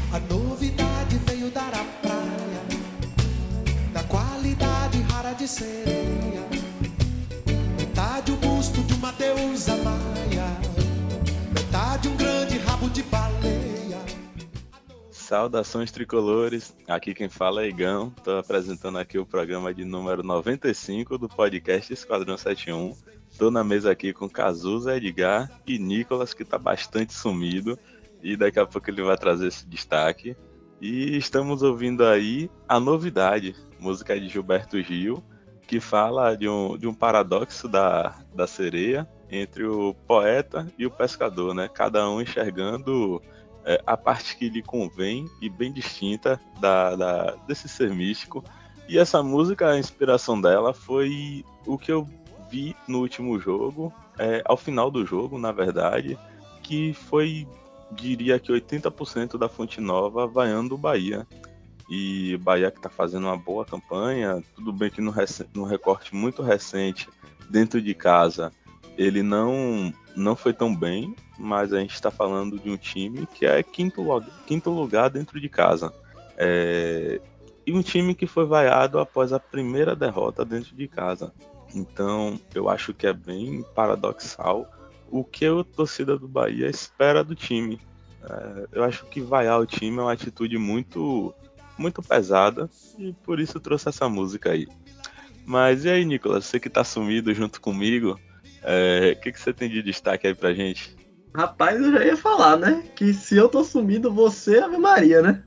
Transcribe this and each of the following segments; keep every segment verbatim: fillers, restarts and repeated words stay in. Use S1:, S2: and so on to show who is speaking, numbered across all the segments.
S1: A novidade veio dar à praia, da qualidade rara de sereia. Metade o busto de uma deusa maia, metade um grande rabo de baleia.
S2: Saudações tricolores, aqui quem fala é Igão. Estou apresentando aqui o programa de número noventa e cinco do podcast Esquadrão setenta e um. Estou na mesa aqui com Cazuza, Edgar e Nicolas, que está bastante sumido, e daqui a pouco ele vai trazer esse destaque. E estamos ouvindo aí a novidade, música de Gilberto Gil, que fala de um, de um paradoxo da, da sereia entre o poeta e o pescador, né? Cada um enxergando é, a parte que lhe convém e bem distinta da, da, desse ser místico. E essa música, a inspiração dela foi o que eu vi no último jogo, é, ao final do jogo, na verdade, que foi, diria que oitenta por cento da Fonte Nova vaiando o Bahia. E o Bahia que está fazendo uma boa campanha, tudo bem que no, rec- no recorte muito recente, dentro de casa, ele não, não foi tão bem, mas a gente está falando de um time que é quinto, lo- quinto lugar dentro de casa. É, e um time que foi vaiado após a primeira derrota dentro de casa. Então, eu acho que é bem paradoxal o que a torcida do Bahia espera do time. É, eu acho que vaiar o time é uma atitude muito, muito pesada e por isso trouxe essa música aí. Mas e aí, Nicolas, você que tá sumido junto comigo, é, o que, que você tem de destaque aí pra gente?
S3: Rapaz, eu já ia falar, né? Que se eu tô sumido, você é Ave Maria, né?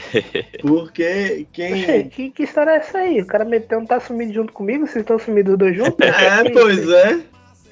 S3: Porque quem...
S4: Oxê, que, que história é essa aí? O cara meteu um tá sumido junto comigo? Vocês estão sumidos os dois juntos?
S3: É,
S4: Que
S3: pois
S4: isso?
S3: é.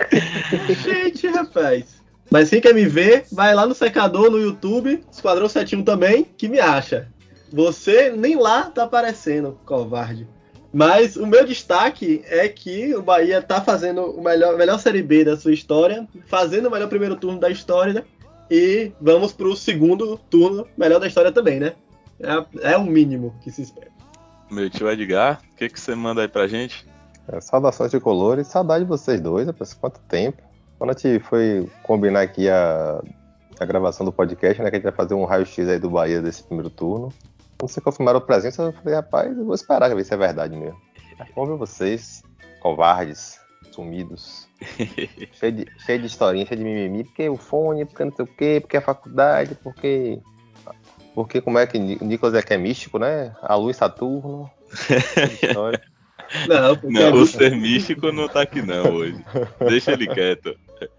S3: Gente, rapaz. Mas quem quer me ver, vai lá no secador, no YouTube, Esquadrão setenta e um também, que me acha. Você nem lá tá aparecendo, covarde. Mas o meu destaque é que o Bahia tá fazendo o melhor, a melhor Série B da sua história, fazendo o melhor primeiro turno da história, né? E vamos pro segundo turno, melhor da história também, né? É, é o mínimo que se espera.
S2: Meu tio Edgar, o que, que você manda aí pra gente?
S5: É, saudações de colores, saudade de vocês dois, rapaz, quanto tempo. Quando a gente foi combinar aqui a, a gravação do podcast, né, que a gente vai fazer um raio-x aí do Bahia desse primeiro turno. Quando você confirmaram a presença, eu falei, rapaz, eu vou esperar pra ver se é verdade mesmo. Vamos ver vocês, covardes, sumidos, cheio de, cheio de historinha, cheio de mimimi, porque o fone, porque não sei o quê, porque a faculdade, porque... Porque como é que o Nicolas é que é místico, né? A luz Saturno. História.
S3: Não, porque
S2: Não,
S3: é
S2: o
S3: muito...
S2: ser místico não tá aqui não hoje. Deixa ele quieto.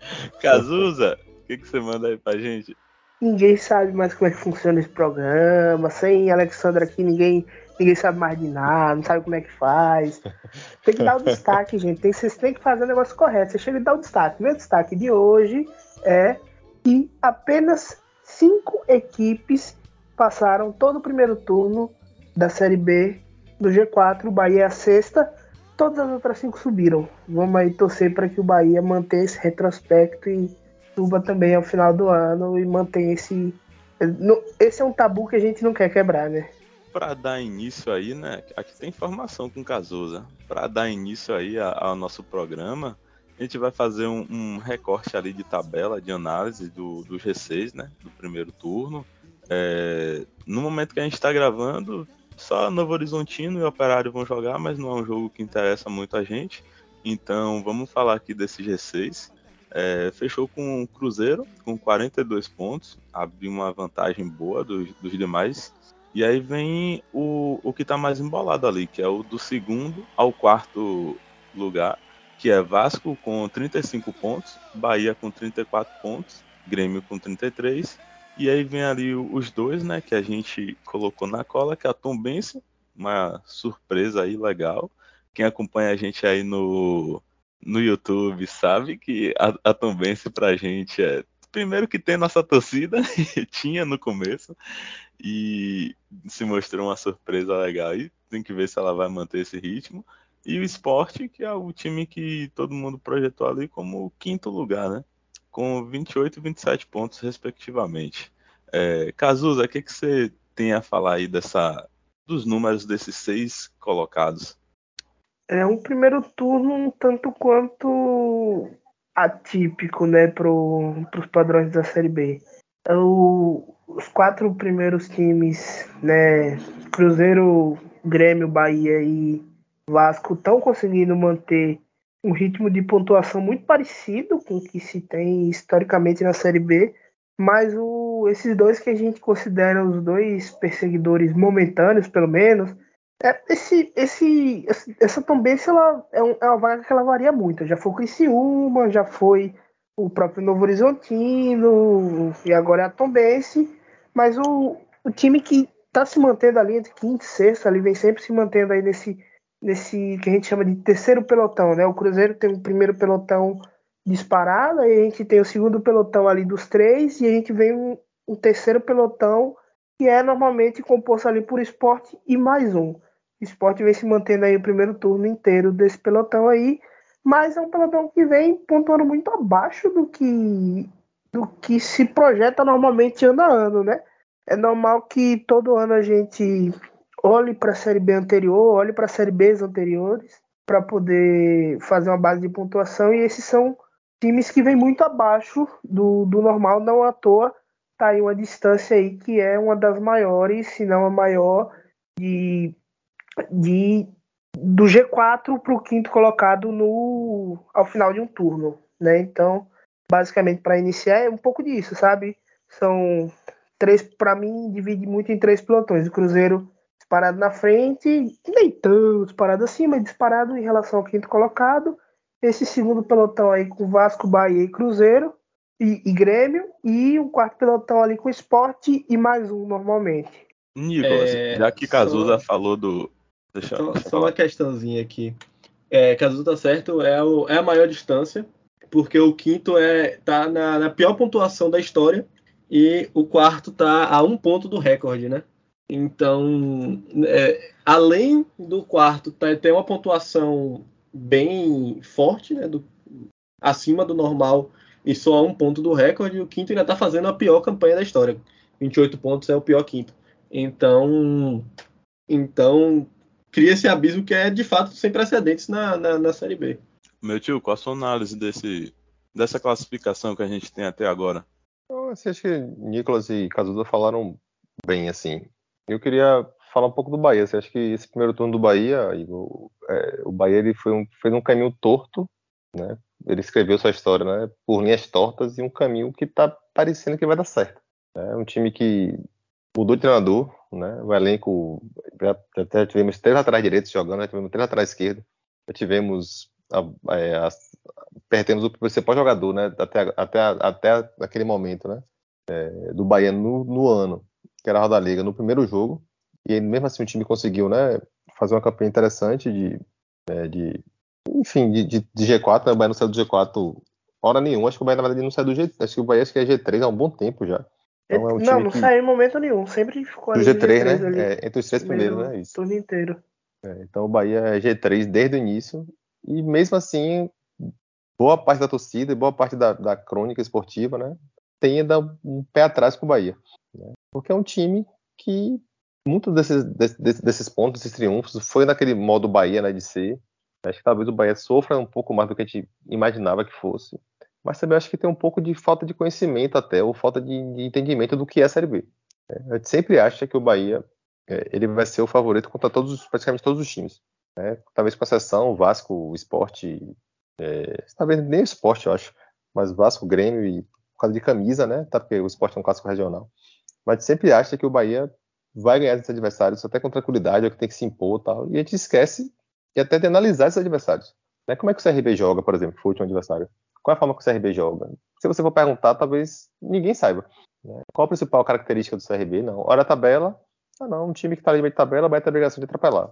S2: Cazuza, o que, que você manda aí pra gente?
S4: Ninguém sabe mais como é que funciona esse programa. Sem Alexandra aqui, ninguém, ninguém sabe mais de nada, não sabe como é que faz. Tem que dar o destaque, gente. Tem, vocês têm que fazer o negócio correto. Você chega e dá o destaque. Meu destaque de hoje é que apenas cinco equipes passaram todo o primeiro turno da Série B do G quatro. O Bahia é a sexta. Todas as outras cinco subiram. Vamos aí torcer para que o Bahia mantenha esse retrospecto e suba também ao final do ano e mantenha esse... Esse é um tabu que a gente não quer quebrar, né?
S2: Para dar início aí, né? Aqui tem informação com Cazuza. Para dar início aí a- ao nosso programa, a gente vai fazer um, um recorte ali de tabela de análise do, do G seis, né? Do primeiro turno. É, no momento que a gente está gravando, só Novo Horizontino e Operário vão jogar, mas não é um jogo que interessa muito a gente. Então vamos falar aqui desse G seis. É, fechou com o Cruzeiro com quarenta e dois pontos, abriu uma vantagem boa dos, dos demais. E aí vem o, o que está mais embolado ali, que é o do segundo ao quarto lugar, que é Vasco com trinta e cinco pontos, Bahia com trinta e quatro pontos, Grêmio com trinta e três. E aí vem ali os dois, né, que a gente colocou na cola, que é a Tombense, uma surpresa aí legal. Quem acompanha a gente aí no, no YouTube sabe que a, a Tombense pra gente é... Primeiro que tem nossa torcida, tinha no começo, e se mostrou uma surpresa legal aí. Tem que ver se ela vai manter esse ritmo. E o Sport, que é o time que todo mundo projetou ali como o quinto lugar, né? Com vinte e oito e vinte e sete pontos, respectivamente. É, Cazuza, o que, que você tem a falar aí dessa, dos números desses seis colocados?
S4: É um primeiro turno um tanto quanto atípico, né, pro, pros padrões da Série B. o, os quatro primeiros times, né, Cruzeiro, Grêmio, Bahia e Vasco, estão conseguindo manter um ritmo de pontuação muito parecido com o que se tem historicamente na Série B, mas o, esses dois que a gente considera os dois perseguidores momentâneos, pelo menos, é, esse, esse, essa tendência ela é, um, é uma vaga que ela varia muito. Já foi o Criciúma, já foi o próprio Novo Horizontino, e agora é a Tombense, mas o, o time que está se mantendo ali entre quinto e sexto, ali vem sempre se mantendo aí nesse, nesse que a gente chama de terceiro pelotão, né? O Cruzeiro tem o primeiro pelotão disparado, aí a gente tem o segundo pelotão ali dos três, e a gente vem um, um terceiro pelotão que é normalmente composto ali por Sport e mais um. O Sport vem se mantendo aí o primeiro turno inteiro desse pelotão aí, mas é um pelotão que vem pontuando muito abaixo do que, do que se projeta normalmente ano a ano, né? É normal que todo ano a gente olhe para a Série B anterior, olhe para a Série B anteriores, para poder fazer uma base de pontuação, e esses são times que vêm muito abaixo do, do normal, não à toa. Tá aí uma distância aí que é uma das maiores, se não a maior, de, de, do G quatro para o quinto colocado no, ao final de um turno, né? Então, basicamente, para iniciar, é um pouco disso, sabe? São três, para mim, divide muito em três pelotões. O Cruzeiro disparado na frente, nem tão disparado assim, mas disparado em relação ao quinto colocado. Esse segundo pelotão aí com Vasco, Bahia e Cruzeiro. E, e Grêmio, e um quarto pelotão ali com Sport e mais um normalmente.
S2: Nicolas,
S3: É,
S2: já que Cazuza
S3: só,
S2: falou do... Deixa,
S3: só,
S2: deixa
S3: só uma questãozinha aqui. É, Cazuza tá certo, é, o, é a maior distância, porque o quinto é, tá na, na pior pontuação da história, e o quarto tá a um ponto do recorde, né? Então, é, além do quarto tá, tem uma pontuação bem forte, né, do, acima do normal, e só a um ponto do recorde, e o quinto ainda está fazendo a pior campanha da história. vinte e oito pontos é o pior quinto. Então, então cria esse abismo que é, de fato, sem precedentes na, na, na Série B.
S2: Meu tio, qual a sua análise desse, dessa classificação que a gente tem até agora?
S5: Eu assim, acho que Nicolas e Cazuza falaram bem, assim. Eu queria falar um pouco do Bahia. Assim, acho que esse primeiro turno do Bahia, o, é, o Bahia ele foi um, fez um caminho torto, né? Ele escreveu sua história, né, por linhas tortas e um caminho que tá parecendo que vai dar certo. É um time que mudou de treinador, né? O elenco, já, já tivemos três laterais direitos jogando, já tivemos três laterais esquerdos, já tivemos, a, é, a, perdemos o principal jogador, né? Até, até, até aquele momento, né? É, do Bahia no, no ano, que era a Roda Liga, no primeiro jogo, e mesmo assim o time conseguiu, né, fazer uma campanha interessante de, é, de enfim, de, de, de G quatro, né? O Bahia não saiu do G quatro hora nenhuma. Acho que o Bahia, na verdade, não saiu do G três. Acho que o Bahia acho que é G três há um bom tempo já. Então é um
S4: não,
S5: time
S4: não
S5: que...
S4: saiu em momento nenhum. Sempre ficou ali
S5: do G três,
S4: G três,
S5: né?
S4: ali,
S5: É, entre os três primeiros, né? Isso.
S4: turno inteiro.
S5: É, então o Bahia é G três desde o início. E mesmo assim, boa parte da torcida e boa parte da, da crônica esportiva, né, tem ainda um pé atrás com o Bahia. Né? Porque é um time que muitos desses, desses, desses pontos, desses triunfos, foi naquele modo Bahia, né, de ser. Acho que talvez o Bahia sofra um pouco mais do que a gente imaginava que fosse. Mas também acho que tem um pouco de falta de conhecimento até, ou falta de, de entendimento do que é a Série B. É, a gente sempre acha que o Bahia é, ele vai ser o favorito contra todos, praticamente todos os times. Né? Talvez com exceção o Vasco, o Sport, é, talvez nem o Sport, eu acho, mas Vasco, Grêmio, e por causa de camisa, né? Tá, porque o Sport é um clássico regional. Mas a gente sempre acha que o Bahia vai ganhar esses adversários até com tranquilidade, é que tem que se impor e tal. E a gente esquece e até de analisar esses adversários. Né? Como é que o C R B joga, por exemplo, que foi o último adversário? Qual é a forma que o C R B joga? Se você for perguntar, talvez ninguém saiba. Né? Qual a principal característica do C R B? Não. Olha a tabela. Ah, não. Um time que está ali no meio de tabela vai ter a obrigação de atropelar.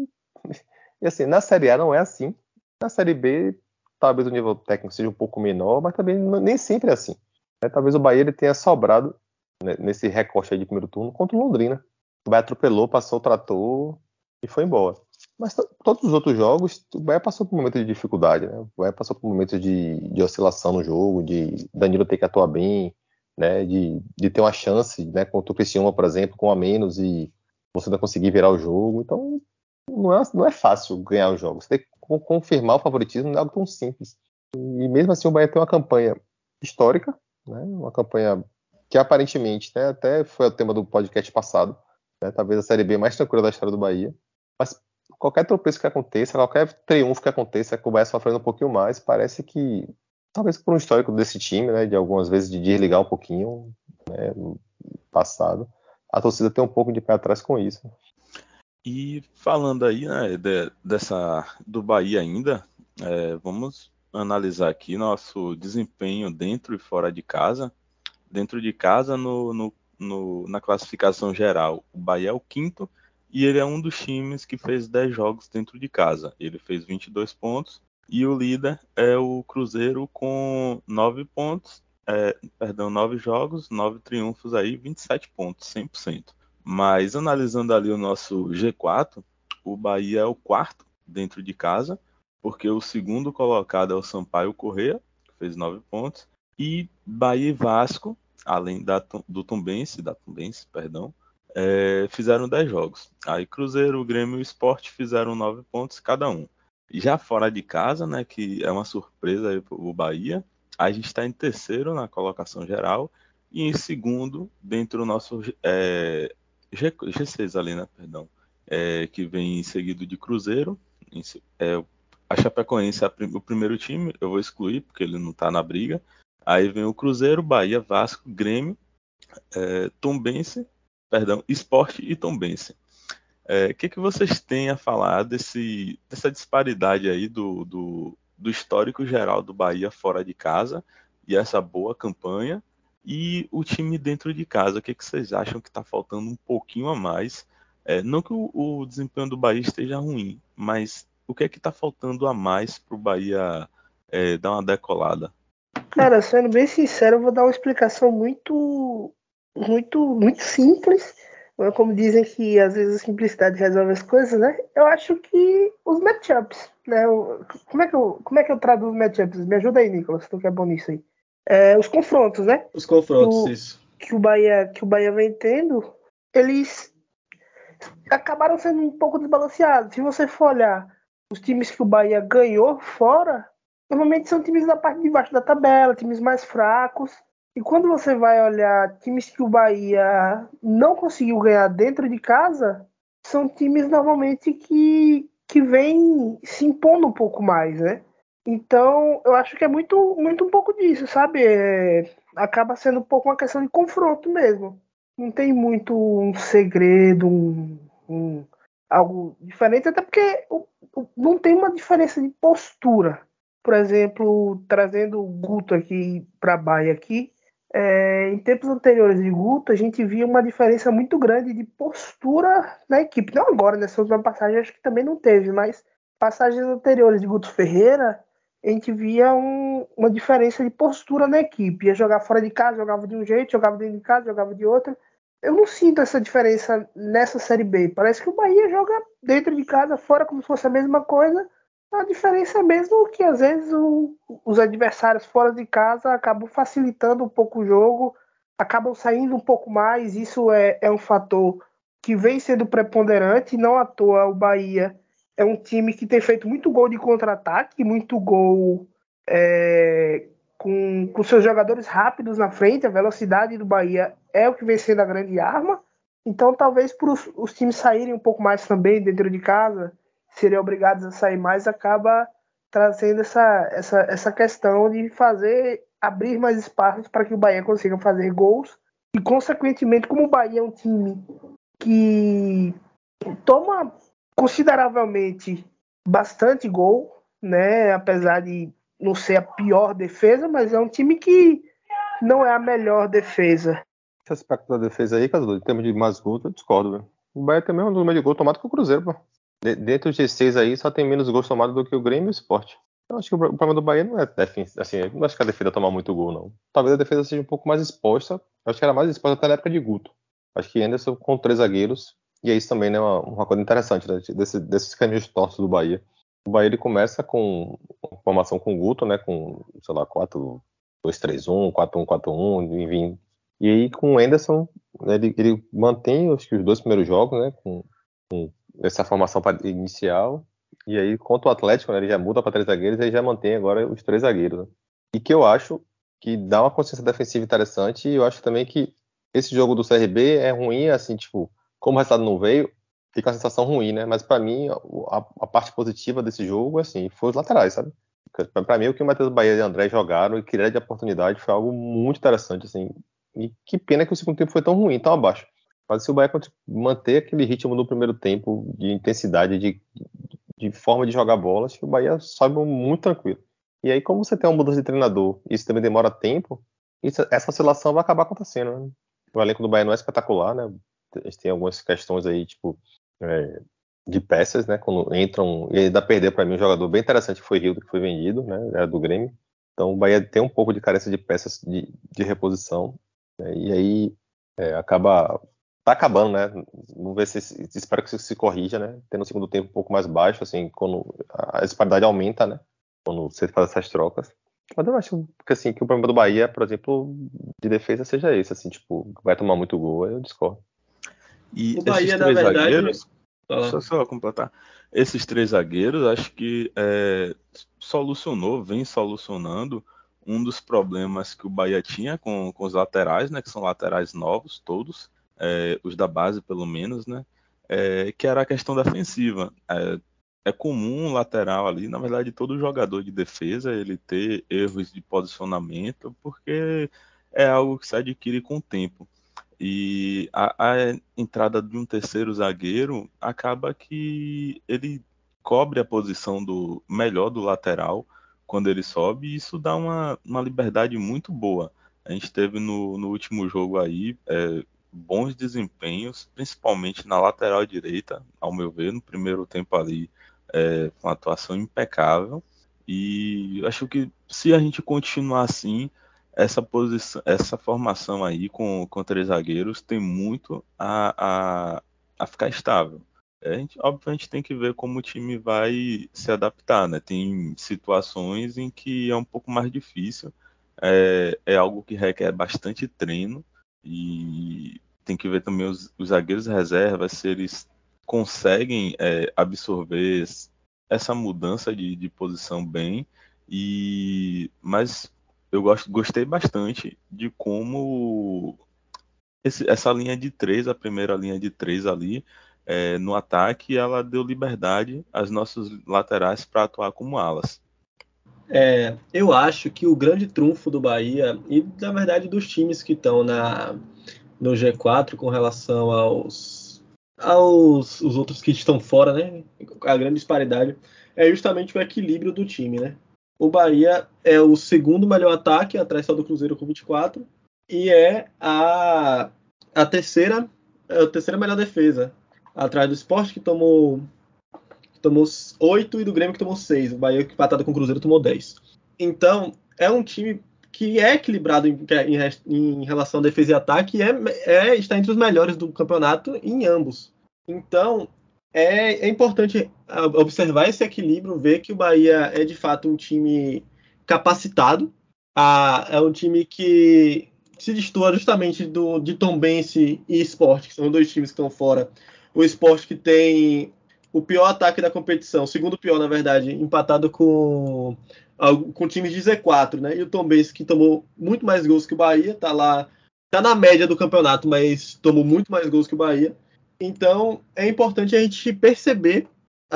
S5: E assim, na Série A não é assim. Na Série B, talvez o nível técnico seja um pouco menor, mas também nem sempre é assim. Né? Talvez o Bahia ele tenha sobrado, né, nesse recorte aí de primeiro turno contra o Londrina. O Bahia atropelou, passou o trator e foi embora. Mas t- todos os outros jogos, o Bahia passou por momentos de dificuldade, né? O Bahia passou por momentos de, de oscilação no jogo, de Danilo ter que atuar bem, né? De, de ter uma chance, né? Contra o Criciúma, por exemplo, com a menos e você não conseguir virar o jogo. Então, não é, não é fácil ganhar os jogos. Você tem que confirmar o favoritismo, não é algo tão simples. E mesmo assim, o Bahia tem uma campanha histórica, né? Uma campanha que aparentemente, né, até foi o tema do podcast passado, né, talvez a Série B mais tranquila da história do Bahia, mas qualquer tropeço que aconteça, qualquer triunfo que aconteça, que o Bahia sofrendo um pouquinho mais, parece que, talvez por um histórico desse time, né, de algumas vezes de desligar um pouquinho, né, no passado, a torcida tem um pouco de pé atrás com isso.
S2: E falando aí, né, de, dessa, do Bahia ainda, é, vamos analisar aqui nosso desempenho dentro e fora de casa. Dentro de casa, no, no, no, na classificação geral, o Bahia é o quinto e ele é um dos times que fez dez jogos dentro de casa. Ele fez vinte e dois pontos e o líder é o Cruzeiro com nove pontos, é, perdão, nove jogos, nove triunfos aí, vinte e sete pontos, cem por cento. Mas analisando ali o nosso G quatro, o Bahia é o quarto dentro de casa, porque o segundo colocado é o Sampaio Corrêa, que fez nove pontos, e Bahia e Vasco, além da, do Tombense, da Tombense, perdão, é, fizeram dez jogos. Aí Cruzeiro, Grêmio e Sport fizeram nove pontos cada um. Já fora de casa, né, que é uma surpresa aí pro Bahia, a gente está em terceiro na colocação geral e em segundo dentro do nosso é, G, G seis ali, né, perdão, é, que vem seguido de Cruzeiro, em, é, a Chapecoense é a, o primeiro time, eu vou excluir porque ele não está na briga. Aí vem o Cruzeiro, Bahia, Vasco, Grêmio, é, Tombense, perdão, Sport e Tombense. O é, que, que vocês têm a falar desse, dessa disparidade aí do, do, do histórico geral do Bahia fora de casa e essa boa campanha e o time dentro de casa? O que, que vocês acham que está faltando um pouquinho a mais? É, não que o, o desempenho do Bahia esteja ruim, mas o que é que está faltando a mais para o Bahia é, dar uma decolada?
S4: Cara, sendo bem sincero, eu vou dar uma explicação muito, muito, muito simples. Como dizem que às vezes a simplicidade resolve as coisas, né? Eu acho que os matchups, né? Como é que eu, como é que eu traduzo matchups? Me ajuda aí, Nicolas, tu que é bom nisso aí. É, os confrontos, né?
S3: Os confrontos,
S4: que o,
S3: isso.
S4: Que o, Bahia, que o Bahia vem tendo, eles acabaram sendo um pouco desbalanceados. Se você for olhar os times que o Bahia ganhou fora, normalmente são times da parte de baixo da tabela, times mais fracos. E quando você vai olhar times que o Bahia não conseguiu ganhar dentro de casa, são times normalmente que, que vêm se impondo um pouco mais, né? Então, eu acho que é muito, muito um pouco disso, sabe? É, acaba sendo um pouco uma questão de confronto mesmo. Não tem muito um segredo, um, um, algo diferente, até porque não tem uma diferença de postura. Por exemplo, trazendo o Guto aqui para a Bahia aqui, É, em tempos anteriores de Guto, a gente via uma diferença muito grande de postura na equipe. Não agora, nessa última passagem, acho que também não teve, mas passagens anteriores de Guto Ferreira, a gente via um, uma diferença de postura na equipe. Ia jogar fora de casa, jogava de um jeito, jogava dentro de casa, jogava de outro. Eu não sinto essa diferença nessa Série B. Parece que o Bahia joga dentro de casa, fora, como se fosse a mesma coisa. A diferença é mesmo que às vezes o, os adversários fora de casa acabam facilitando um pouco o jogo, acabam saindo um pouco mais. Isso é, é um fator que vem sendo preponderante. Não à toa o Bahia é um time que tem feito muito gol de contra-ataque, muito gol é, com, com seus jogadores rápidos na frente. A velocidade do Bahia é o que vem sendo a grande arma. Então talvez por os, os times saírem um pouco mais também dentro de casa, seriam obrigados a sair mais, acaba trazendo essa, essa, essa questão de fazer, abrir mais espaços para que o Bahia consiga fazer gols. E, consequentemente, como o Bahia é um time que toma consideravelmente bastante gol, né, apesar de não ser a pior defesa, mas é um time que não é a melhor defesa.
S5: Esse aspecto da defesa aí, Cadu, em termos de mais gols, eu discordo, velho. O Bahia tem o mesmo número de gol tomado que o Cruzeiro, pô. Dentro do G seis aí, só tem menos gols tomados do que o Grêmio e o Sport. Eu acho que o problema do Bahia não é defesa, assim, eu não acho que a defesa toma muito gol, não. Talvez a defesa seja um pouco mais exposta. Eu acho que era mais exposta até na época de Guto. Acho que Anderson com três zagueiros, e é isso também, né, uma, uma coisa interessante, né, desse, desses caminhos tortos do Bahia. O Bahia, ele começa com uma formação com Guto, né, com, sei lá, quatro dois três um, quatro um quatro um, enfim. E aí com o Anderson, ele, ele mantém, acho que os dois primeiros jogos, né, com, com essa formação inicial, e aí contra o Atlético, né, ele já muda para três zagueiros e aí já mantém agora os três zagueiros, né? E que eu acho que dá uma consciência defensiva interessante, e eu acho também que esse jogo do C R B é ruim, assim, tipo, como o resultado não veio, fica uma sensação ruim, né? Mas pra mim, a, a parte positiva desse jogo, assim, foi os laterais, sabe? Pra, pra mim, o que o Matheus Bahia e o André jogaram e criaram de oportunidade foi algo muito interessante, assim. E que pena que o segundo tempo foi tão ruim, tão abaixo. Mas se o Bahia manter aquele ritmo do primeiro tempo, de intensidade, de, de forma de jogar bola, acho que o Bahia sobe muito tranquilo. E aí, como você tem uma mudança de treinador, isso também demora tempo, isso, essa oscilação vai acabar acontecendo, né? O elenco do Bahia não é espetacular, né? A gente tem algumas questões aí, tipo, é, de peças, né? Quando entram, e ainda perder para mim um jogador bem interessante que foi Rildo, que foi vendido, né? Era do Grêmio. Então o Bahia tem um pouco de carência de peças de, de reposição, né? E aí é, acaba... Tá acabando, né? Vamos ver se, espero que isso se corrija, né? Tendo um segundo tempo um pouco mais baixo, assim, quando a disparidade aumenta, né? Quando você faz essas trocas. Mas eu acho que, assim, que o problema do Bahia, por exemplo, de defesa seja esse, assim, tipo, vai tomar muito gol, eu discordo.
S2: E
S3: o Bahia,
S2: esses
S3: na
S2: três
S3: verdade...
S2: zagueiros, só, só completar, esses três zagueiros, acho que é, solucionou, vem solucionando um dos problemas que o Bahia tinha com, com os laterais, né? Que são laterais novos, todos. É, os da base pelo menos, né? É, que era a questão defensiva. É, é comum um lateral ali, na verdade, todo jogador de defesa ele ter erros de posicionamento, porque é algo que se adquire com o tempo. E a, a entrada de um terceiro zagueiro acaba que ele cobre a posição do melhor do lateral quando ele sobe, e isso dá uma, uma liberdade muito boa. A gente teve no, no último jogo aí é, bons desempenhos, principalmente na lateral direita, ao meu ver, no primeiro tempo ali, é, com atuação impecável. E acho que se a gente continuar assim, essa posição, essa formação aí com, com três zagueiros tem muito a, a, a ficar estável. É, a gente, obviamente tem que ver como o time vai se adaptar, né? Tem situações em que é um pouco mais difícil, é, é algo que requer bastante treino, e tem que ver também os, os zagueiros reservas, se eles conseguem é, absorver essa mudança de, de posição bem. E mas eu gosto, gostei bastante de como esse, essa linha de três, a primeira linha de três ali, é, no ataque, ela deu liberdade às nossas laterais para atuar como alas.
S3: É, eu acho que o grande trunfo do Bahia, e na verdade dos times que estão na, no G quatro com relação aos, aos os outros que estão fora, né? A grande disparidade é justamente o equilíbrio do time, né? O Bahia é o segundo melhor ataque, atrás só do Cruzeiro com vinte e quatro, e é a, a terceira, é a terceira melhor defesa, atrás do Sport, que tomou tomou oito, e do Grêmio, que tomou seis. O Bahia, que empatado com o Cruzeiro, tomou dez. Então, é um time que é equilibrado em, em, em relação a defesa e ataque, e é, é, está entre os melhores do campeonato em ambos. Então, é, é importante observar esse equilíbrio, ver que o Bahia é, de fato, um time capacitado, a, é um time que se destoa justamente do, de Tombense e Sport, que são dois times que estão fora. O Sport, que tem o pior ataque da competição, o segundo pior, na verdade, empatado com, com times de Z quatro, né? E o Tombense, que tomou muito mais gols que o Bahia, tá lá, tá na média do campeonato, mas tomou muito mais gols que o Bahia. Então, é importante a gente perceber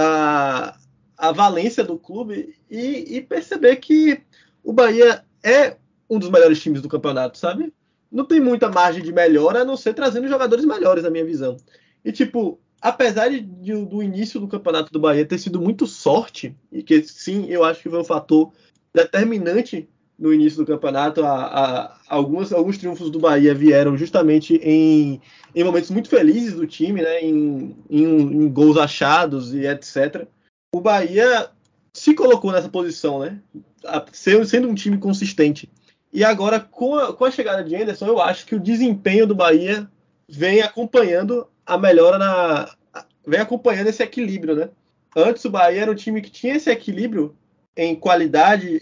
S3: a, a valência do clube e, e perceber que o Bahia é um dos melhores times do campeonato, sabe? Não tem muita margem de melhora, a não ser trazendo jogadores melhores, na minha visão. E, tipo, apesar de, de, do início do campeonato do Bahia ter sido muito sorte, e que sim, eu acho que foi um fator determinante no início do campeonato, a, a, alguns, alguns triunfos do Bahia vieram justamente em, em momentos muito felizes do time, né, em, em, em gols achados e etcétera. O Bahia se colocou nessa posição, né, sendo um time consistente. E agora, com a, com a chegada de Anderson, eu acho que o desempenho do Bahia vem acompanhando a melhora na... vem acompanhando esse equilíbrio, né? Antes o Bahia era um time que tinha esse equilíbrio em qualidade,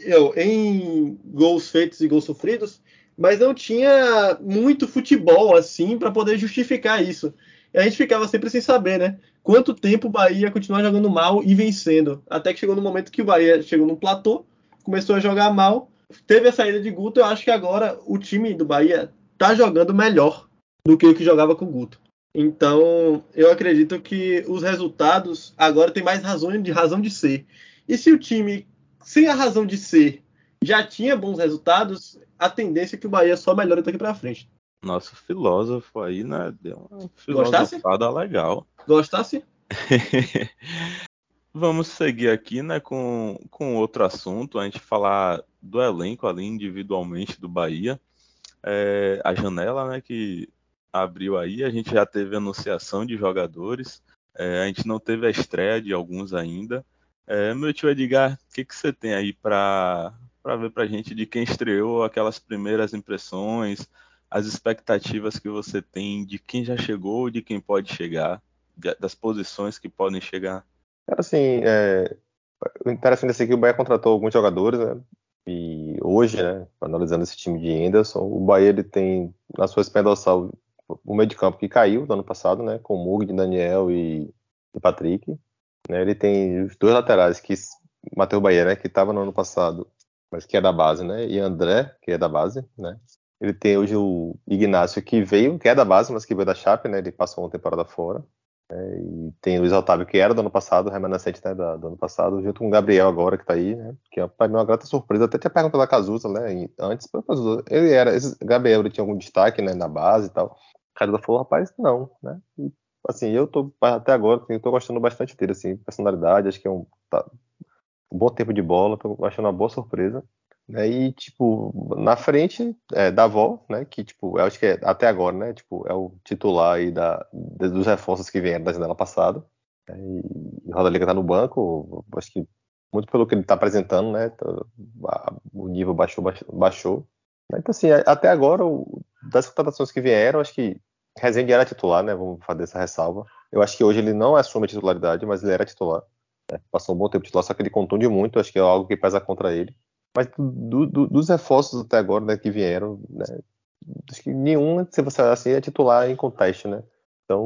S3: em gols feitos e gols sofridos, mas não tinha muito futebol assim para poder justificar isso. E a gente ficava sempre sem saber, né? Quanto tempo o Bahia ia continuar jogando mal e vencendo. Até que chegou no momento que o Bahia chegou num platô, começou a jogar mal, teve a saída de Guto, eu acho que agora o time do Bahia tá jogando melhor do que o que jogava com o Guto. Então, eu acredito que os resultados agora tem mais razão de, razão de ser. E se o time, sem a razão de ser, já tinha bons resultados, a tendência é que o Bahia só melhore daqui pra frente.
S2: Nosso filósofo aí, né? Deu uma
S3: Gostasse?
S2: filosofada legal.
S3: Gostasse?
S2: Vamos seguir aqui, né, com, com outro assunto, a gente falar do elenco ali individualmente do Bahia. É, a janela, né, que abriu aí, a gente já teve anunciação de jogadores, é, a gente não teve a estreia de alguns ainda. É, meu tio Edgar, o que, que você tem aí para para ver pra gente de quem estreou, aquelas primeiras impressões, as expectativas que você tem de quem já chegou, de quem pode chegar, de, das posições que podem chegar?
S5: Assim, é, o interessante é que o Bahia contratou alguns jogadores, né? E hoje, né, analisando esse time de Henderson, o Bahia ele tem na sua espinha dorsal o meio de campo que caiu do ano passado, né, com Mugni, Daniel e, e Patrick. Né, ele tem os dois laterais, que Matheus Bahia, né, que estava no ano passado, mas que é da base, né, e André, que é da base, né. Ele tem hoje o Ignacio, que veio, que é da base, mas que veio da Chape, né, ele passou uma temporada fora. É, e tem o Luiz Otávio, que era do ano passado, remanescente, né, do, do ano passado, junto com o Gabriel agora, que tá aí, né, que é pra mim uma grata surpresa. Até tinha perguntado da Casusa, né, antes, pra Casusa, ele era, esse Gabriel, ele tinha algum destaque, né, na base e tal. A Casusa falou, rapaz, não, né, e, assim, eu tô, até agora, eu tô gostando bastante dele, assim, personalidade, acho que é um, tá, um bom tempo de bola, tô achando uma boa surpresa. Né, e, tipo, na frente é, da Avó, né, que, tipo, eu acho que é, até agora, né, tipo, é o titular aí da, dos reforços que vieram da janela passada. Né, e o Rodallega tá no banco, acho que muito pelo que ele tá apresentando, né, tá, a, o nível baixou, baixou. Né, então, assim, até agora, o, das contratações que vieram, acho que Rezende era titular, né, vamos fazer essa ressalva. Eu acho que hoje ele não assume a titularidade, mas ele era titular. Né, passou um bom tempo titular, só que ele contunde muito, acho que é algo que pesa contra ele. Mas do, do, dos reforços até agora, né, que vieram, né, acho que nenhum, se você olhar assim, é titular em conteste, né? Então,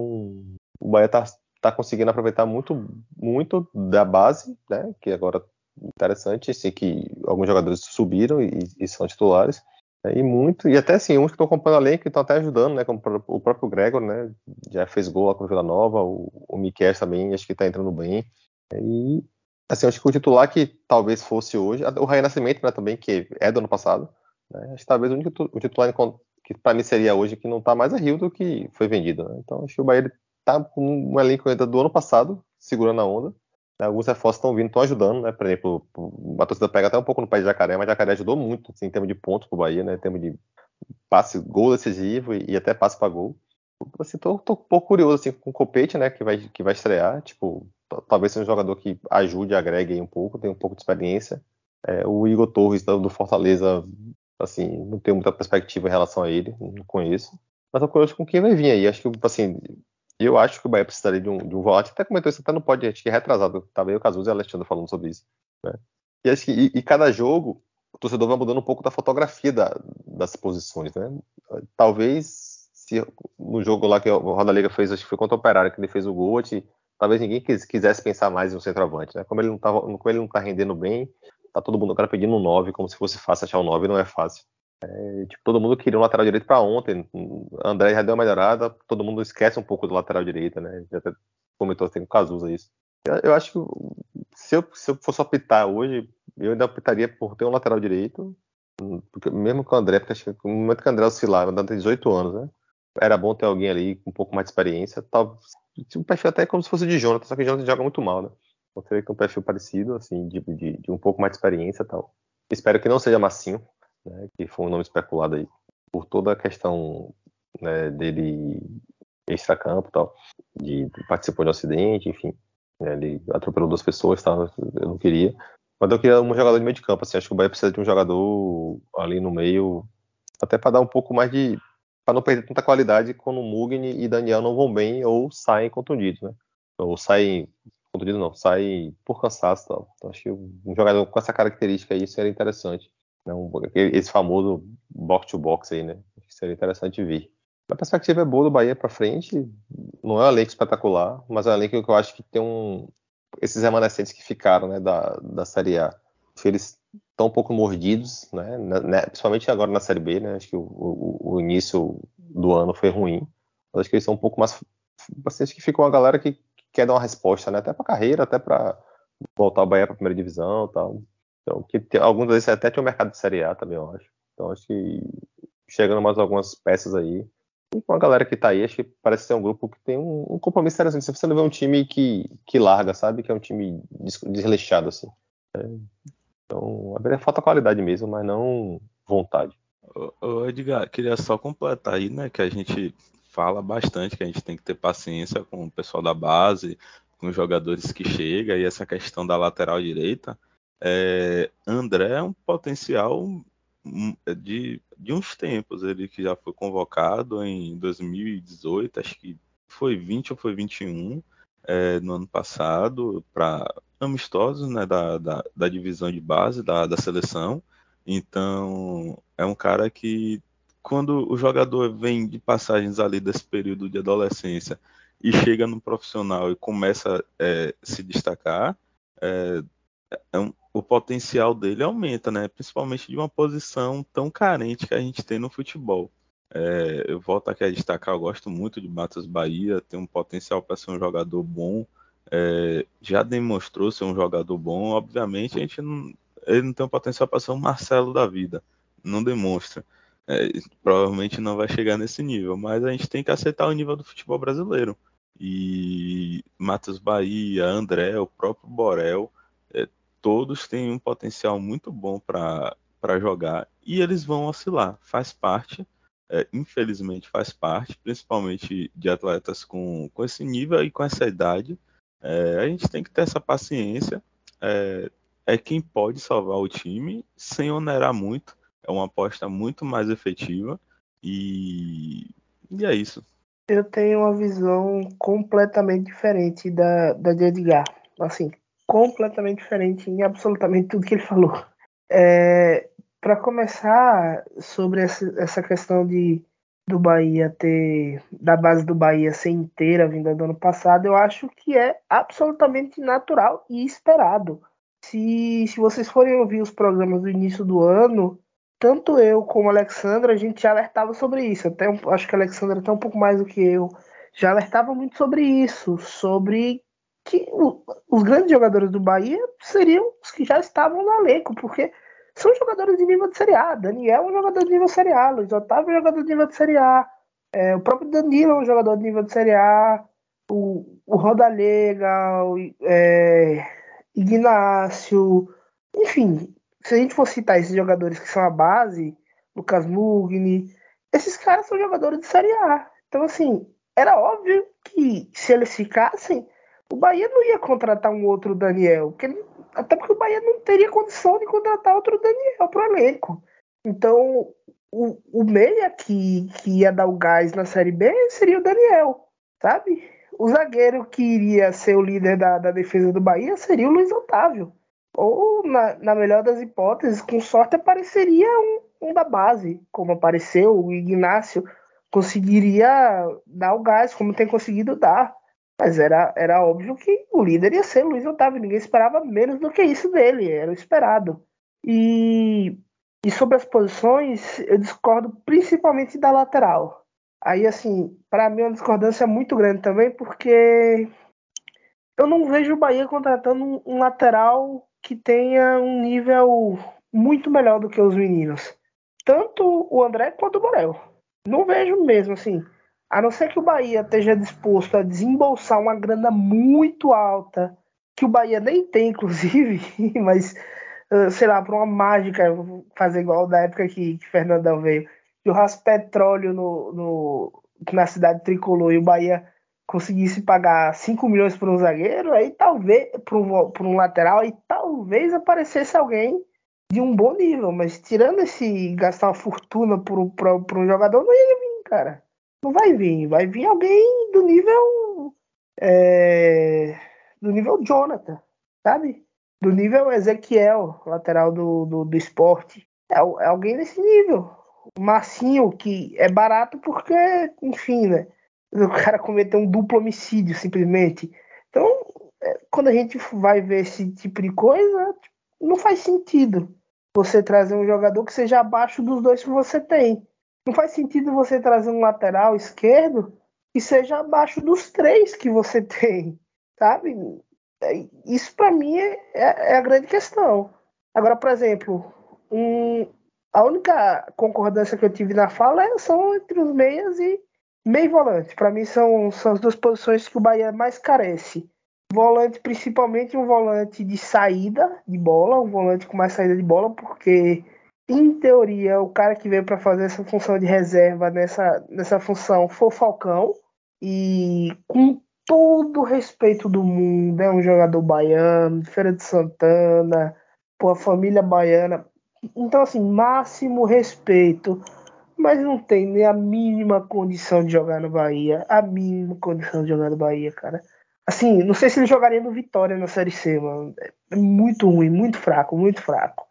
S5: o Bahia tá, tá conseguindo aproveitar muito, muito da base, né? Que agora é interessante, sei que alguns jogadores subiram e, e são titulares, né, e muito, e até assim, uns que estão acompanhando a lei, que estão até ajudando, né? Como o próprio Gregor, né? Já fez gol lá com o Vila Nova, o, o Miquel também, acho que tá entrando bem, e assim, acho que o titular que talvez fosse hoje, o Raí Nascimento, né, também, que é do ano passado, né, acho que talvez o único o titular que para mim seria hoje que não está mais é Rio do que foi vendido. Né? Então acho que o Bahia está com um elenco ainda do ano passado, segurando a onda. Né? Alguns reforços estão vindo, estão ajudando, né? Por exemplo, a torcida pega até um pouco no pé de Jacaré, mas Jacaré ajudou muito assim, em termos de pontos para o Bahia, né? Em termos de passe, gol decisivo e, e até passe para gol. Assim, tô, tô um pouco curioso assim, com o Copete, né, que vai, que vai estrear, tipo, t- talvez seja um jogador que ajude, agregue aí um pouco, tem um pouco de experiência. É, o Igor Torres do, do Fortaleza, assim, não tenho muita perspectiva em relação a ele, não conheço. Mas tô curioso com quem vai vir aí. Acho que, assim, eu acho que o Bahia precisaria de um, de um volante. Até comentou isso até no podcast, acho que é retrasado. Tava aí o Casuso e o Alexandre falando sobre isso. Né? E acho que e, e cada jogo, o torcedor vai mudando um pouco da fotografia da, das posições, né? Talvez se no jogo lá que o Roda Liga fez, acho que foi contra o Operário, que ele fez o gol, acho, talvez ninguém quis, quisesse pensar mais em um centroavante, né? Como ele não tá, como ele não tá rendendo bem, tá todo mundo, o cara pedindo um nove, como se fosse fácil achar um nove, não é fácil. É, tipo, todo mundo queria um lateral direito para ontem, André já deu uma melhorada, todo mundo esquece um pouco do lateral direito, né? Já até comentou assim com o Casusa isso. Eu, eu acho que se eu, se eu fosse optar hoje, eu ainda optaria por ter um lateral direito, porque, mesmo com o André, porque acho que no momento que o André oscilava, o André tem dezoito anos, né? Era bom ter alguém ali com um pouco mais de experiência. Tal, um perfil até como se fosse de Jonathan, só que o Jonathan joga muito mal, né? Então teria que ter um perfil parecido, assim, de, de, de um pouco mais de experiência e tal. Espero que não seja Massinho, né? Que foi um nome especulado aí, por toda a questão, né, dele extracampo e tal, de, de participou de um acidente, enfim. Né, ele atropelou duas pessoas, tal, eu não queria. Mas eu queria um jogador de meio de campo, assim, acho que o Bahia precisa de um jogador ali no meio, até para dar um pouco mais de, para não perder tanta qualidade quando o Mugni e Daniel não vão bem ou saem contundidos, né? Ou saem contundidos não, saem por cansaço e tal. Então acho que um jogador com essa característica aí seria interessante. Né? Um, esse famoso box-to-box aí, né? Acho que seria interessante ver. A perspectiva é boa do Bahia para frente, não é um elenco espetacular, mas é um elenco que eu acho que tem um... esses remanescentes que ficaram, né, da, da Série A. Eles estão um pouco mordidos, né? né? Principalmente agora na Série B, né? Acho que o, o, o início do ano foi ruim. Mas acho que eles são um pouco mais... Assim, acho que fica uma galera que quer dar uma resposta, né? Até para carreira, até para voltar o Bahia para a primeira divisão e tal. Então, que tem, alguns deles até tem o mercado de Série A também, eu acho. Então, acho que chegando mais algumas peças aí. E com a galera que tá aí, acho que parece ser um grupo que tem um, um compromisso interessante. Se você não vê um time que, que larga, sabe? Que é um time des, desleixado, assim. É, então, a falta qualidade mesmo, mas não vontade.
S2: Ô, ô, Edgar, queria só completar aí, né? Que a gente fala bastante que a gente tem que ter paciência com o pessoal da base, com os jogadores que chegam, e essa questão da lateral direita. É, André é um potencial de, de uns tempos, ele que já foi convocado em dois mil e dezoito, acho que foi vinte ou foi vinte e um, é, no ano passado, para amistosos, né, da, da, da divisão de base da, da seleção. Então é um cara que, quando o jogador vem de passagens ali desse período de adolescência e chega no profissional e começa a é, se destacar, é, é um, o potencial dele aumenta, né? Principalmente de uma posição tão carente que a gente tem no futebol. É, eu volto aqui a destacar, eu gosto muito de Matheus Bahia, tem um potencial para ser um jogador bom, é, já demonstrou ser um jogador bom. Obviamente, a gente não, ele não tem um potencial para ser um Marcelo da vida, não demonstra. É, provavelmente não vai chegar nesse nível, mas a gente tem que aceitar o nível do futebol brasileiro. E Matheus Bahia, André, o próprio Borel, é, todos têm um potencial muito bom para jogar, e eles vão oscilar, faz parte, é, infelizmente faz parte, principalmente de atletas com, com esse nível e com essa idade. É, a gente tem que ter essa paciência, é, é quem pode salvar o time sem onerar muito, é uma aposta muito mais efetiva, e, e é isso.
S4: Eu tenho uma visão completamente diferente da, da de Edgar, assim, completamente diferente em absolutamente tudo que ele falou. É, para começar, sobre essa, essa questão de do Bahia ter, da base do Bahia ser inteira vinda do ano passado, eu acho que é absolutamente natural e esperado. Se, se vocês forem ouvir os programas do início do ano, tanto eu como a Alexandra, a gente já alertava sobre isso. Até acho que a Alexandra até um pouco mais do que eu já alertava muito sobre isso, sobre que o, os grandes jogadores do Bahia seriam os que já estavam no elenco, porque são jogadores de nível de Série A. Daniel é um jogador de nível de Série A, Luiz Otávio é um jogador de nível de Série A, é, o próprio Danilo é um jogador de nível de Série A, o, o Rodalega, o é, Ignácio, enfim, se a gente for citar esses jogadores que são a base, Lucas Mugni, esses caras são jogadores de Série A. Então, assim, era óbvio que se eles ficassem, o Bahia não ia contratar um outro Daniel, porque ele, até porque o Bahia não teria condição de contratar outro Daniel para o elenco. Então, o, o meia que, que ia dar o gás na Série B seria o Daniel, sabe? O zagueiro que iria ser o líder da, da defesa do Bahia seria o Luiz Otávio. Ou, na, na melhor das hipóteses, com sorte apareceria um, um da base, como apareceu o Ignácio, conseguiria dar o gás, como tem conseguido dar. Mas era, era óbvio que o líder ia ser o Luiz Otávio, ninguém esperava menos do que isso dele, era o esperado. E, e sobre as posições, eu discordo principalmente da lateral. Aí, assim, para mim é uma discordância muito grande também, porque eu não vejo o Bahia contratando um, um lateral que tenha um nível muito melhor do que os meninos. Tanto o André quanto o Borel. Não vejo mesmo, assim. A não ser que o Bahia esteja disposto a desembolsar uma grana muito alta, que o Bahia nem tem, inclusive, mas, sei lá, por uma mágica, fazer igual da época que, que Fernandão veio, jorrasse petróleo no, no, na cidade tricolor e o Bahia conseguisse pagar cinco milhões por um zagueiro, aí talvez, por um, por um lateral, aí talvez aparecesse alguém de um bom nível, mas tirando esse gastar uma fortuna por, por, por um jogador, não ia vir, cara. Não vai vir, vai vir alguém do nível é, do nível Jonathan, sabe? Do nível Ezequiel, lateral do, do, do Sport. É, é alguém desse nível. O Marcinho, que é barato porque, enfim, né? O cara cometeu um duplo homicídio, simplesmente. Então, é, quando a gente vai ver esse tipo de coisa, não faz sentido. você trazer um jogador que seja abaixo dos dois que você tem. Não faz sentido você trazer um lateral esquerdo que seja abaixo dos três que você tem, sabe? Isso para mim é, é a grande questão. Agora, por exemplo, um, a única concordância que eu tive na fala é, são entre os meias e meio volante. Para mim são, são as duas posições que o Bahia mais carece. Volante, principalmente um volante de saída de bola, um volante com mais saída de bola, porque, em teoria, o cara que veio para fazer essa função de reserva nessa, nessa função foi o Falcão. E com todo o respeito do mundo, é um jogador baiano, Feira de Santana, pô, a família baiana. Então, assim, máximo respeito, mas não tem nem a mínima condição de jogar no Bahia. A mínima condição de jogar no Bahia, cara. Assim, não sei se ele jogaria no Vitória na Série C, mano. É muito ruim, muito fraco, muito fraco.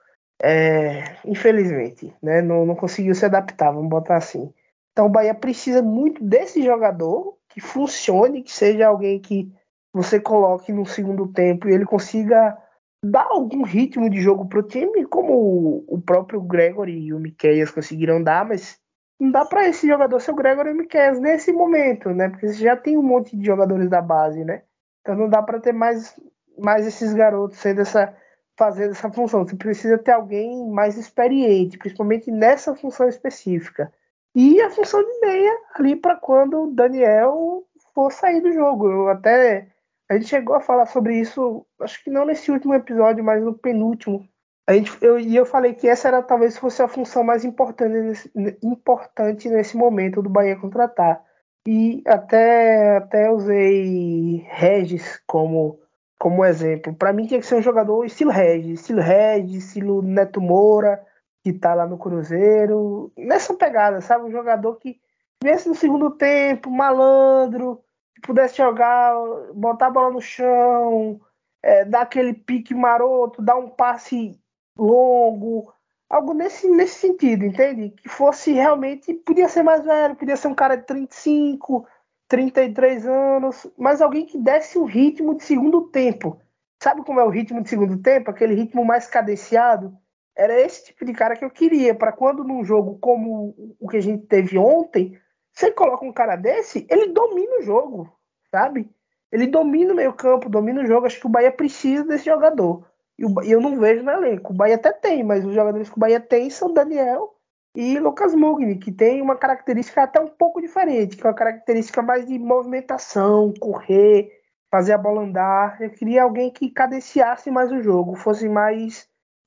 S4: É, infelizmente, né? Não, não conseguiu se adaptar, vamos botar assim. Então o Bahia precisa muito desse jogador que funcione, que seja alguém que você coloque no segundo tempo e ele consiga dar algum ritmo de jogo pro time, como o próprio Gregory e o Miqueias conseguiram dar, mas não dá para esse jogador ser o Gregory e o Miqueias nesse momento, né? Porque você já tem um monte de jogadores da base, né? Então não dá para ter mais, mais esses garotos sendo essa, fazendo essa função. Você precisa ter alguém mais experiente, principalmente nessa função específica. E a função de meia ali para quando o Daniel for sair do jogo. Eu até a gente chegou a falar sobre isso, acho que não nesse último episódio, mas no penúltimo. A gente, eu, e eu falei que essa era talvez fosse a função mais importante nesse, importante nesse momento do Bahia contratar. E até, até usei Regis como, como exemplo. Para mim tinha que ser um jogador estilo Regis, estilo Regis, estilo Neto Moura, que tá lá no Cruzeiro. Nessa pegada, sabe? Um jogador que viesse no segundo tempo, malandro, que pudesse jogar, botar a bola no chão, é, dar aquele pique maroto, dar um passe longo, algo nesse, nesse sentido, entende? Que fosse realmente, podia ser mais velho, podia ser um cara de trinta e cinco, trinta e três anos, mas alguém que desse um ritmo de segundo tempo. Sabe como é o ritmo de segundo tempo? Aquele ritmo mais cadenciado. Era esse tipo de cara que eu queria, para quando num jogo como o que a gente teve ontem, você coloca um cara desse, ele domina o jogo, sabe? Ele domina o meio campo, domina o jogo. Acho que o Bahia precisa desse jogador. E eu não vejo no elenco. O Bahia até tem, mas os jogadores que o Bahia tem são Daniel e Lucas Mugni, que tem uma característica até um pouco diferente, que é uma característica mais de movimentação, correr, fazer a bola andar. Eu queria alguém que cadenciasse mais o jogo, fosse mais,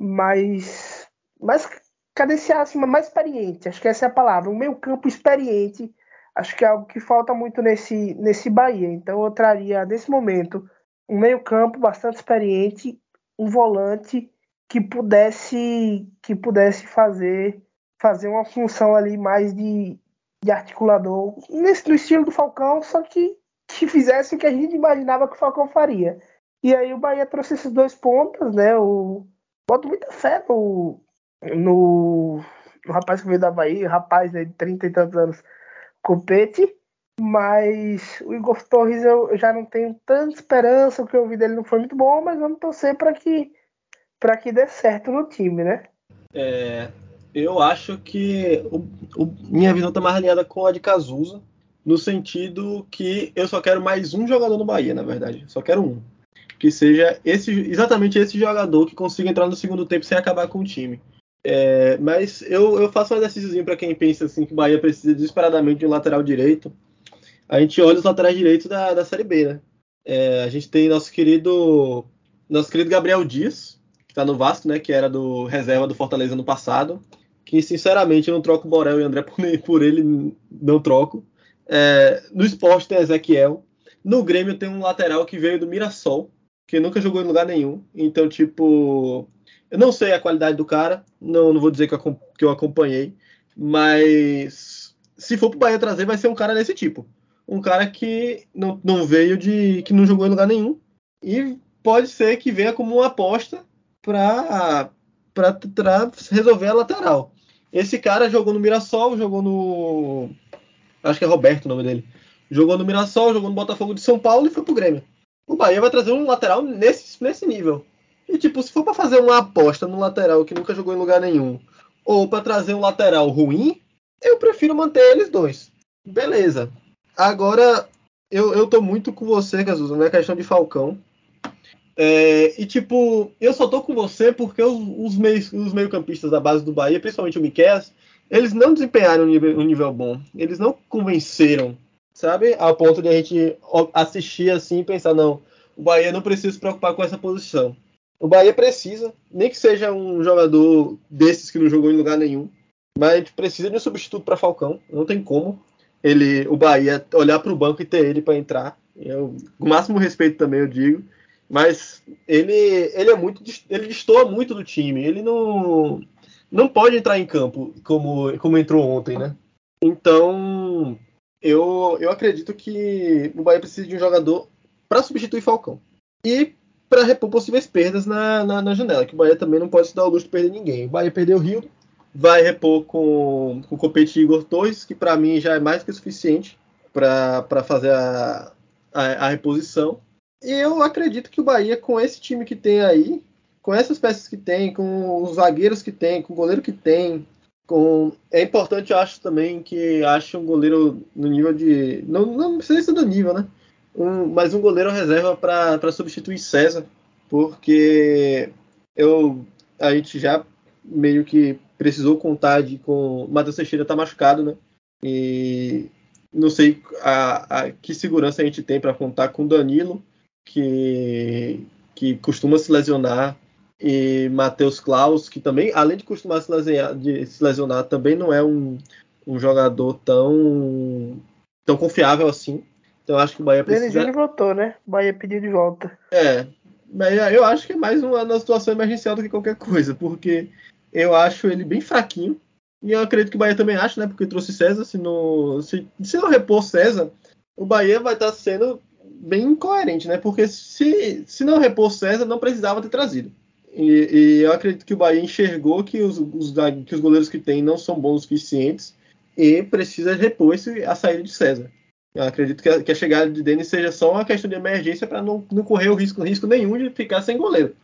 S4: mais, mais cadenciasse, mais experiente. Acho que essa é a palavra. Um meio campo experiente. Acho que é algo que falta muito nesse, nesse Bahia. Então eu traria, nesse momento, um meio campo bastante experiente, um volante que pudesse que pudesse fazer fazer uma função ali mais de, de articulador nesse, no estilo do Falcão, só que que fizesse o que a gente imaginava que o Falcão faria. E aí o Bahia trouxe esses dois pontas, né? O, boto muita fé no, no, no rapaz que veio da Bahia, rapaz, né, de trinta e tantos anos, Copete. Mas o Igor Torres eu já não tenho tanta esperança, o que eu vi dele não foi muito bom, mas vamos torcer para que, para que dê certo no time, né?
S3: É, eu acho que o, o, minha visão está mais alinhada com a de Cazuza, no sentido que eu só quero mais um jogador no Bahia, na verdade. Só quero um. Que seja esse, exatamente esse jogador que consiga entrar no segundo tempo sem acabar com o time. É, mas eu, eu faço um exercíciozinho para quem pensa assim, que o Bahia precisa desesperadamente de um lateral direito. A gente olha os laterais direitos da, da Série B, né? É, a gente tem nosso querido nosso querido Gabriel Dias, que tá no Vasco, né? Que era do reserva do Fortaleza no passado. Que, sinceramente, eu não troco o Borel e o André por, por ele, não troco. É, no Sport tem Ezequiel. No Grêmio tem um lateral que veio do Mirassol, que nunca jogou em lugar nenhum. Então, tipo, eu não sei a qualidade do cara, não, não vou dizer que eu, que eu acompanhei, mas se for pro Bahia trazer, vai ser um cara desse tipo. Um cara que não, não veio de. Que não jogou em lugar nenhum. E pode ser que venha como uma aposta para resolver a lateral. Esse cara jogou no Mirassol, jogou no. Acho que é Roberto o nome dele. Jogou no Mirassol, jogou no Botafogo de São Paulo e foi pro Grêmio. O Bahia vai trazer um lateral nesse, nesse nível. E tipo, se for pra fazer uma aposta no lateral que nunca jogou em lugar nenhum, ou pra trazer um lateral ruim, eu prefiro manter eles dois. Beleza. Agora, eu, eu tô muito com você, Cazuza, na questão de Falcão. É, e tipo, eu só tô com você porque os, os, meios, os meio-campistas da base do Bahia, principalmente o Miqueias, eles não desempenharam um nível, um nível bom. Eles não convenceram, sabe? Ao ponto de a gente assistir assim e pensar, não, o Bahia não precisa se preocupar com essa posição. O Bahia precisa, nem que seja um jogador desses que não jogou em lugar nenhum, mas a gente precisa de um substituto para Falcão. Não tem como ele, o Bahia olhar para o banco e ter ele para entrar. Eu, com o máximo respeito também eu digo, mas ele, ele é muito, ele destoa muito do time. Ele não, não pode entrar em campo como, como entrou ontem, né? Então eu, eu acredito que o Bahia precisa de um jogador para substituir Falcão e para repor possíveis perdas na, na, na janela, que o Bahia também não pode se dar o luxo de perder ninguém. O Bahia perdeu o Rio, vai repor com, com o Copete e Igor Torres, que para mim já é mais que o suficiente para fazer a, a, a reposição. E eu acredito que o Bahia, com esse time que tem aí, com essas peças que tem, com os zagueiros que tem, com o goleiro que tem, com... é importante, eu acho também, que ache um goleiro no nível de... Não, não precisa ser do nível, né? Um, mas um goleiro reserva para substituir César, porque eu, a gente já meio que precisou contar de com o Matheus Teixeira tá machucado, né? E não sei a, a que segurança a gente tem para contar com o Danilo, que, que costuma se lesionar, e Matheus Klaus, que também, além de costumar se lesionar, de se lesionar também não é um, um jogador tão, tão confiável assim. Então acho que o Bahia precisa...
S4: Ele voltou, né? O Bahia pediu de volta.
S3: É, mas eu acho que é mais uma, uma situação emergencial do que qualquer coisa, porque eu acho ele bem fraquinho, e eu acredito que o Bahia também acha, né? Porque trouxe César, se não, se, se não repor César, o Bahia vai estar sendo bem incoerente, né? Porque se, se não repor César, não precisava ter trazido. E, e eu acredito que o Bahia enxergou que os, os, que os goleiros que tem não são bons o suficientes e precisa repor esse, a saída de César. Eu acredito que a, que a chegada de Denis seja só uma questão de emergência para não, não correr o risco, risco nenhum de ficar sem goleiro.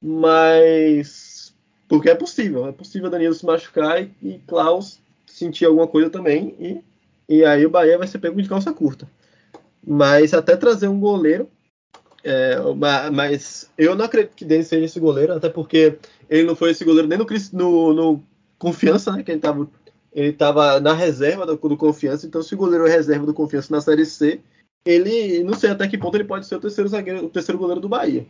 S3: Mas... porque é possível. É possível Danilo se machucar e, e Klaus sentir alguma coisa também. E, e aí o Bahia vai ser pego de calça curta. Mas até trazer um goleiro... É, mas eu não acredito que Denis seja esse goleiro, até porque ele não foi esse goleiro nem no, no, no Confiança, né? Que ele estava ele tava na reserva do, do Confiança. Então, se o goleiro é reserva do Confiança na Série C, ele não sei até que ponto ele pode ser o terceiro zagueiro, o terceiro goleiro do Bahia.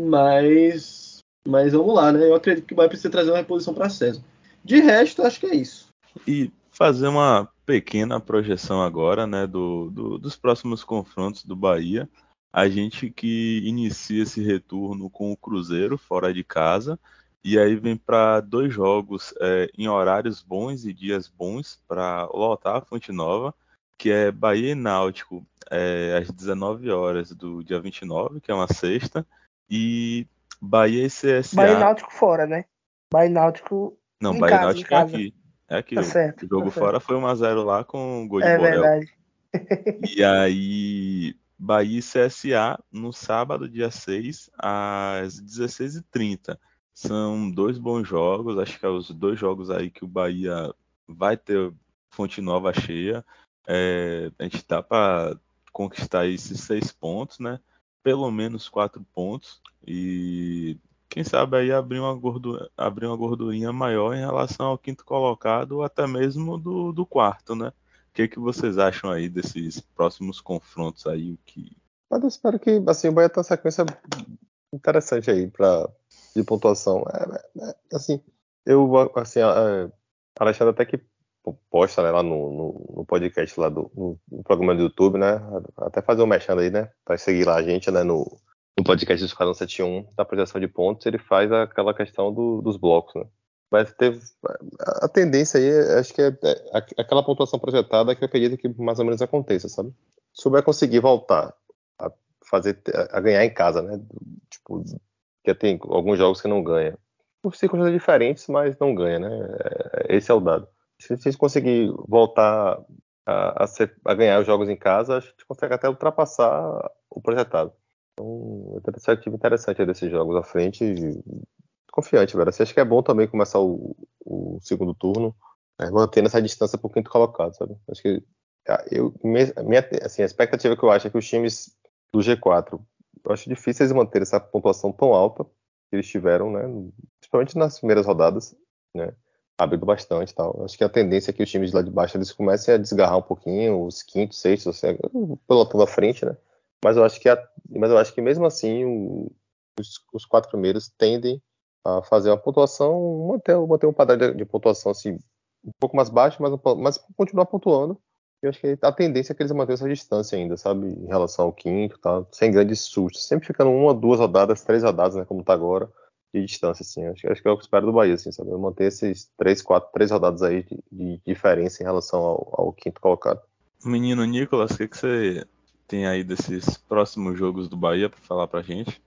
S3: Mas, mas vamos lá, né? Eu acredito que o Bahia precisa trazer uma reposição para César. De resto, acho que é isso.
S2: E fazer uma pequena projeção agora, né? Do, do, dos próximos confrontos do Bahia. A gente que inicia esse retorno com o Cruzeiro fora de casa e aí vem para dois jogos é, em horários bons e dias bons para lotar a Fonte Nova, que é Bahia e Náutico é, às dezenove horas do dia vinte e nove, que é uma sexta, e Bahia e C S A...
S4: Bahia e Náutico fora, né? Bahia e Náutico
S2: Não,
S4: em
S2: Bahia e
S4: casa,
S2: Náutico
S4: em
S2: é
S4: casa.
S2: aqui. É aqui,
S4: Tá
S2: o
S4: certo,
S2: jogo
S4: tá certo.
S2: fora foi um a zero lá com o gol de
S4: É
S2: Borel.
S4: verdade.
S2: E aí, Bahia e C S A no sábado, dia seis, às dezesseis e trinta. São dois bons jogos, acho que é os dois jogos aí que o Bahia vai ter Fonte Nova cheia. É, a gente dá para conquistar esses seis pontos, né? Pelo menos quatro pontos. E quem sabe aí abrir uma, gordura, abrir uma gordurinha maior em relação ao quinto colocado, ou até mesmo do, do quarto, né? O que, que vocês acham aí desses próximos confrontos aí? O que...
S5: Mas eu espero que assim, o Bahia tenha uma sequência interessante aí pra, de pontuação. É, é, assim, eu assim, a Alexandre até que posta, né, lá no, no, no podcast lá do no, no programa do YouTube, né? Até fazer um mexendo aí, né? Pra seguir lá a gente, né? No, no podcast do Esquadrão setenta e um, da projeção de pontos, ele faz aquela questão do, dos blocos, né? Mas teve a tendência aí, acho que é, é aquela pontuação projetada que eu acredito que mais ou menos aconteça, sabe? Se o Bahia conseguir voltar a fazer, a ganhar em casa, né? Tipo, que tem alguns jogos que não ganha. Por circunstâncias diferentes, mas não ganha, né? Esse é o dado. Se a gente conseguir voltar a, a, ser, a ganhar os jogos em casa, a gente consegue até ultrapassar o projetado. Então, expectativa interessante desses jogos à frente. Confiante, velho. Assim, acho que é bom também começar o, o segundo turno, né, mantendo essa distância pro quinto colocado, sabe? Acho que eu, minha, assim, a expectativa que eu acho é que os times do G quatro, eu acho difícil eles manterem essa pontuação tão alta que eles tiveram, né? Principalmente nas primeiras rodadas, né? Abrindo bastante e tal. Acho que a tendência é que os times lá de baixo eles comecem a desgarrar um pouquinho, os quintos, sextos, assim, pelotão da frente, né? Mas eu acho que, a, mas eu acho que mesmo assim o, os, os quatro primeiros tendem a fazer uma pontuação, manter, manter um padrão de, de pontuação assim, um pouco mais baixo, mas, mas continuar pontuando. Eu acho que a tendência é que eles mantenham essa distância ainda, sabe? Em relação ao quinto, tá? Sem grandes sustos. Sempre ficando uma, duas rodadas, três rodadas, né? Como tá agora, de distância, assim. Acho, acho que é o que eu espero do Bahia, assim, sabe? Manter esses três, quatro, três rodadas aí de, de diferença em relação ao, ao quinto colocado.
S2: Menino Nicolas, o que, que você tem aí desses próximos jogos do Bahia pra falar pra gente?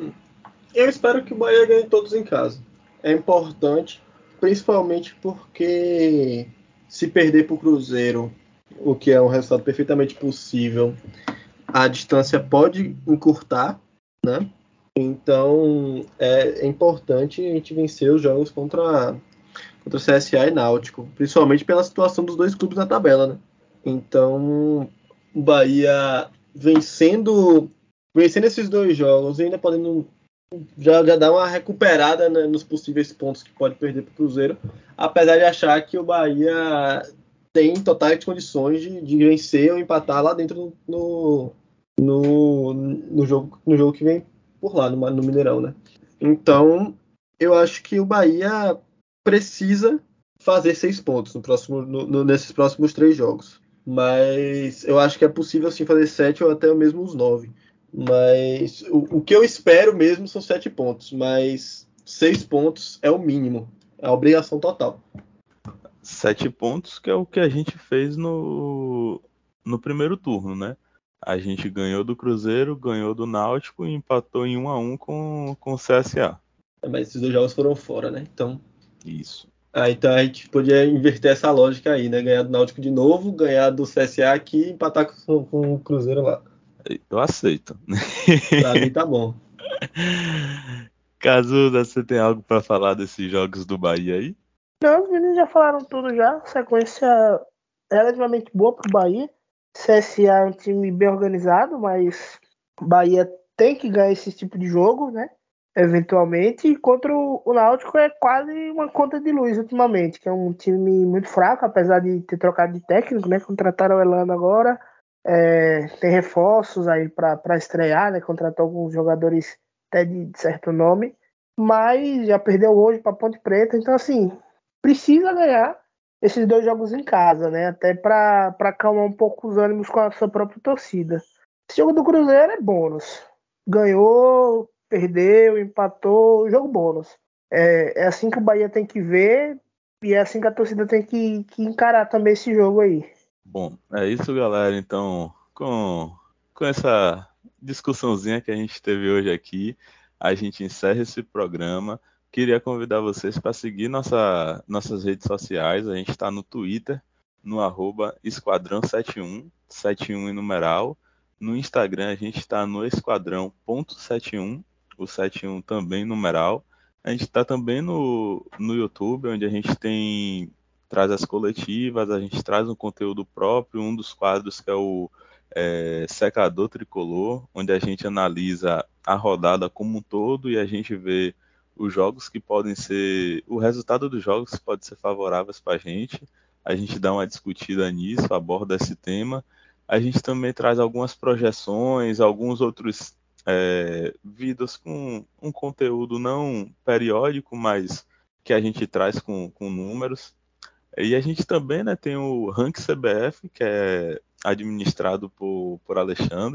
S3: Eu espero que o Bahia ganhe todos em casa. É importante, principalmente porque se perder pro Cruzeiro, o que é um resultado perfeitamente possível, a distância pode encurtar, né? Então é, é importante a gente vencer os jogos contra, contra o C S A e Náutico, principalmente pela situação dos dois clubes na tabela, né? Então o Bahia vencendo, vencendo esses dois jogos e ainda podendo já, já dar uma recuperada, né, nos possíveis pontos que pode perder para o Cruzeiro, apesar de achar que o Bahia tem totais condições de, de vencer ou empatar lá dentro no, no, no, jogo, no jogo que vem por lá, no, no Mineirão, né? Então, eu acho que o Bahia precisa fazer seis pontos no próximo, no, no, nesses próximos três jogos. Mas eu acho que é possível sim fazer sete ou até mesmo os nove. Mas o, o que eu espero mesmo são sete pontos. Mas seis pontos é o mínimo. É a obrigação total.
S2: Sete pontos, que é o que a gente fez no, no primeiro turno, né? A gente ganhou do Cruzeiro, ganhou do Náutico e empatou em um a um com, com o C S A.
S3: Mas esses dois jogos foram fora, né? Então.
S2: Isso.
S3: Ah, então a gente podia inverter essa lógica aí, né? Ganhar do Náutico de novo, ganhar do C S A aqui e empatar com, com o Cruzeiro lá.
S2: Eu aceito.
S3: Pra mim tá bom.
S2: Cazuza, você tem algo pra falar desses jogos do Bahia aí?
S4: Não, os meninos já falaram tudo já. Sequência relativamente boa pro Bahia. C S A é um time bem organizado, mas o Bahia tem que ganhar esse tipo de jogo, né? Eventualmente. E contra o Náutico é quase uma conta de luz ultimamente, que é um time muito fraco, apesar de ter trocado de técnico, né? Contrataram o Elano agora. É, tem reforços aí para estrear, né? Contratou alguns jogadores até de, de certo nome, mas já perdeu hoje para Ponte Preta, então assim, precisa ganhar esses dois jogos em casa, né? Até para acalmar um pouco os ânimos com a sua própria torcida. Esse jogo do Cruzeiro é bônus. Ganhou, perdeu, empatou, jogo bônus. É, é assim que o Bahia tem que ver e é assim que a torcida tem que, que encarar também esse jogo aí.
S2: Bom, é isso, galera. Então, com, com essa discussãozinha que a gente teve hoje aqui, a gente encerra esse programa. Queria convidar vocês para seguir nossa, nossas redes sociais. A gente está no Twitter, no arroba Esquadrão setenta e um, setenta e um em numeral. No Instagram, a gente está no esquadrão ponto setenta e um, o setenta e um também em numeral. A gente está também no, no YouTube, onde a gente tem... traz as coletivas, a gente traz um conteúdo próprio, um dos quadros que é o é, Secador Tricolor, onde a gente analisa a rodada como um todo e a gente vê os jogos que podem ser, o resultado dos jogos que podem ser favoráveis para a gente, a gente dá uma discutida nisso, aborda esse tema, a gente também traz algumas projeções, alguns outros é, vídeos com um conteúdo não periódico, mas que a gente traz com, com números. E a gente também, né, tem o Rank C B F, que é administrado por, por Alexandre,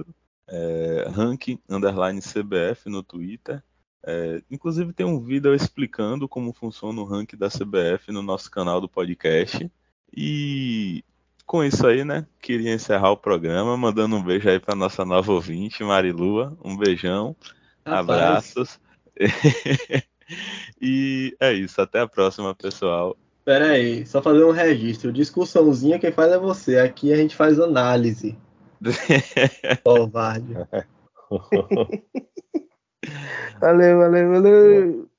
S2: é, Rank underline C B F no Twitter. É, inclusive tem um vídeo explicando como funciona o rank da C B F no nosso canal do podcast. E com isso aí, né, queria encerrar o programa mandando um beijo aí para nossa nova ouvinte, Marilua. Um beijão,
S3: Rapaz.
S2: Abraços. E é isso, até a próxima, pessoal.
S3: Pera aí, só fazer um registro. Discussãozinha quem faz é você. Aqui a gente faz análise. Covarde.
S4: Valeu, valeu, valeu.